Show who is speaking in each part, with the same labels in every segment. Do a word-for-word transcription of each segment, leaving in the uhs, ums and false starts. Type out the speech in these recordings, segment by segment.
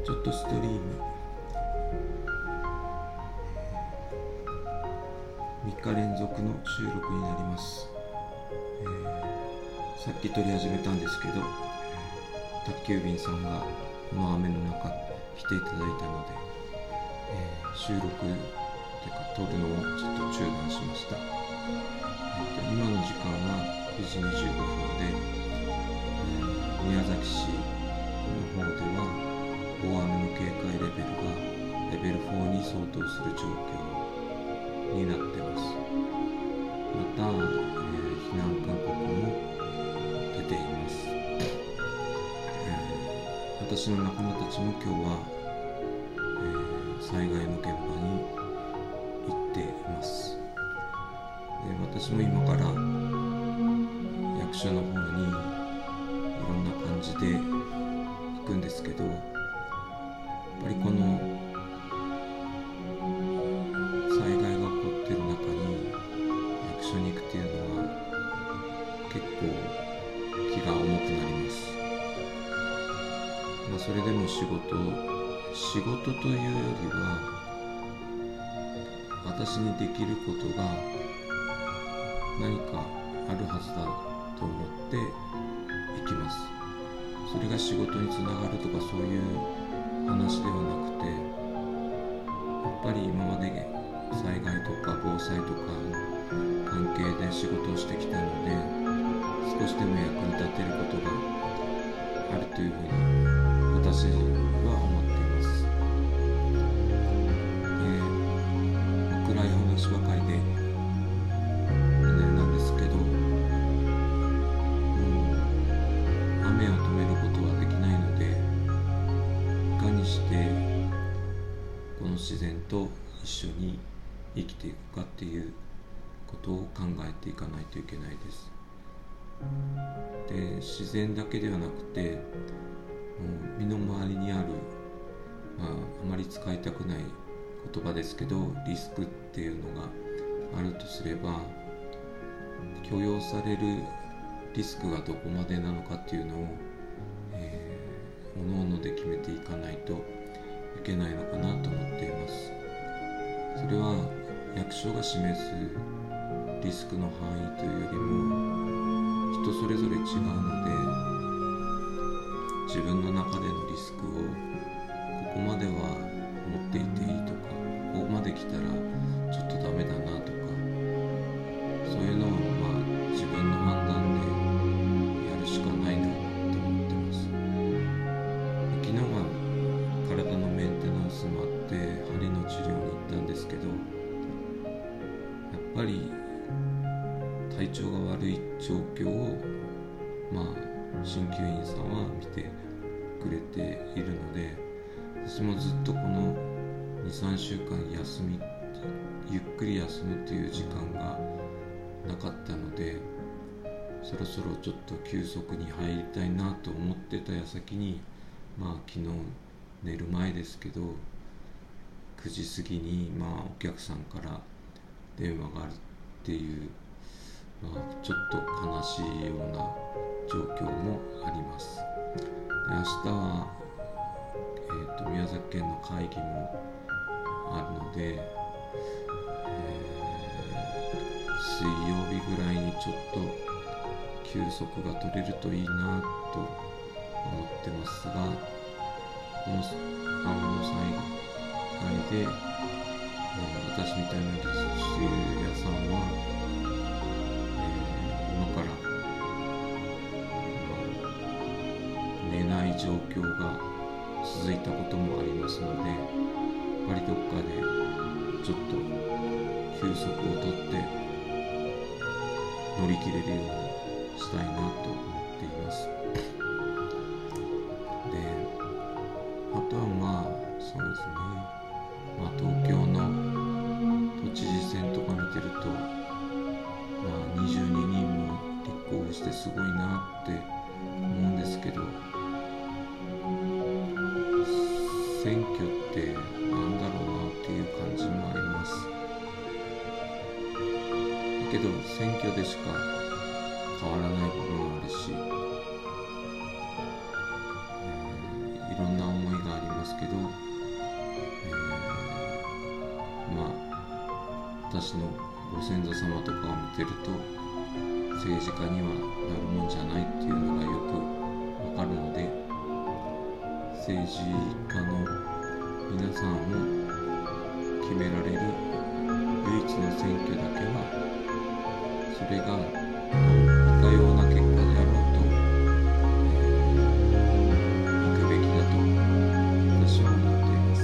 Speaker 1: ちょっとストリームみっか連続の収録になります、えー、さっき撮り始めたんですけど宅急便さんがこの雨の中来ていただいたので、えー、収録というか撮るのをちょっと中断しました、えー、と今の時間はくじにじゅうごふんで、えー、宮崎市の方では大雨の警戒レベルがレベルフォーに相当する状況になってます。また、えー、避難勧告も出ています、えー、私の仲間たちも今日は、えー、災害の現場に行っています。で、私も今から役所の方にいろんな感じで行くんですけど、やっぱりこの災害が起こっている中に役所に行くっていうのは結構気が重くなります。まあ、それでも仕事仕事というよりは私にできることが何かあるはずだと思って行きます。それが仕事につながるとかそういう話ではなくて、やっぱり今まで災害とか防災とか関係で仕事をしてきたので、少しでも役に立てることがあるというふうに私は思っています。で、暗い話ばかりであれなんですけど、もう雨を止めることはできないので、いかにしてこの自然と一緒に生きていくかっていうことを考えていかないといけないです。で、自然だけではなくて、もう身の回りにある、まあ、あまり使いたくない言葉ですけど、リスクっていうのがあるとすれば、許容されるリスクがどこまでなのかっていうのを、えー、各々で決めていかないといけないのかなと思っています。それは役所が示すリスクの範囲というよりも人それぞれ違うので、自分の中でのリスクをここまでは持っていていいとか、ここまで来たらちょっとダメだなとか、そういうのをまあ自分の判断でやるしかないなと思ってます。昨日は体のメンテナンスもあって針の治療に行ったんですけど、やっぱり体調が悪い状況をまあ鍼灸院さんは見てくれているので、私もずっとこの にさんしゅうかん休みゆっくり休むという時間がなかったので、そろそろちょっと休息に入りたいなと思ってた矢先に、まあ昨日寝る前ですけどくじ過ぎにまあお客さんから電話があるっていう、まあ、ちょっと悲しいような状況もあります。で、明日は、えーと、宮崎県の会議もあるので、えー、水曜日ぐらいにちょっと休息が取れるといいなと思ってますが、この雨の災害で、えー、私みたいな技術屋さんは、えー、今から、まあ、寝ない状況が続いたこともありますので、やっぱりどっかでちょっと休息をとって乗り切れるようにしたいなと思っています。で、あとはまあそうですね、まあ、東京の都知事選とか見てると、まあ、にじゅうににんも立候補してすごいなって思うんですけど、選挙ってなんだろうなっていう感じもあります。だけど選挙でしか変わらない部分もあるし、えー、いろんな思いがありますですけど、えー、まあ私のご先祖様とかを見てると政治家にはなるもんじゃないっていうのがよくわかるので、政治家の皆さんを決められる唯一の選挙だけは、それがいかような結果であろうと、えー、行くべきだと私は思っています。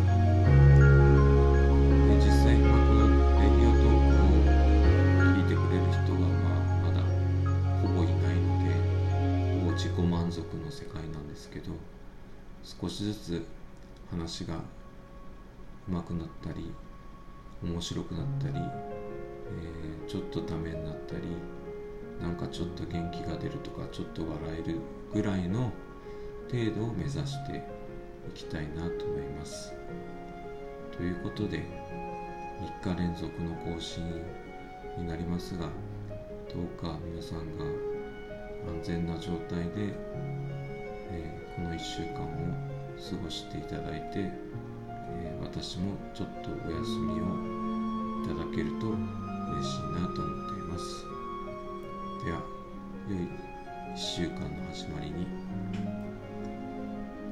Speaker 1: で実際、まあ、このレディオトークを聞いてくれる人は、まあ、まだほぼいないので、ほぼ自己満足の世界なんですけど、少しずつ話が上手くなったり面白くなったり、えー、ちょっとダメになったり、なんかちょっと元気が出るとか、ちょっと笑えるぐらいの程度を目指していきたいなと思います。ということでみっか連続の更新になりますが、どうか皆さんが安全な状態で、えー、このいっしゅうかんを過ごしていただいて、えー、私もちょっとお休みをいただけると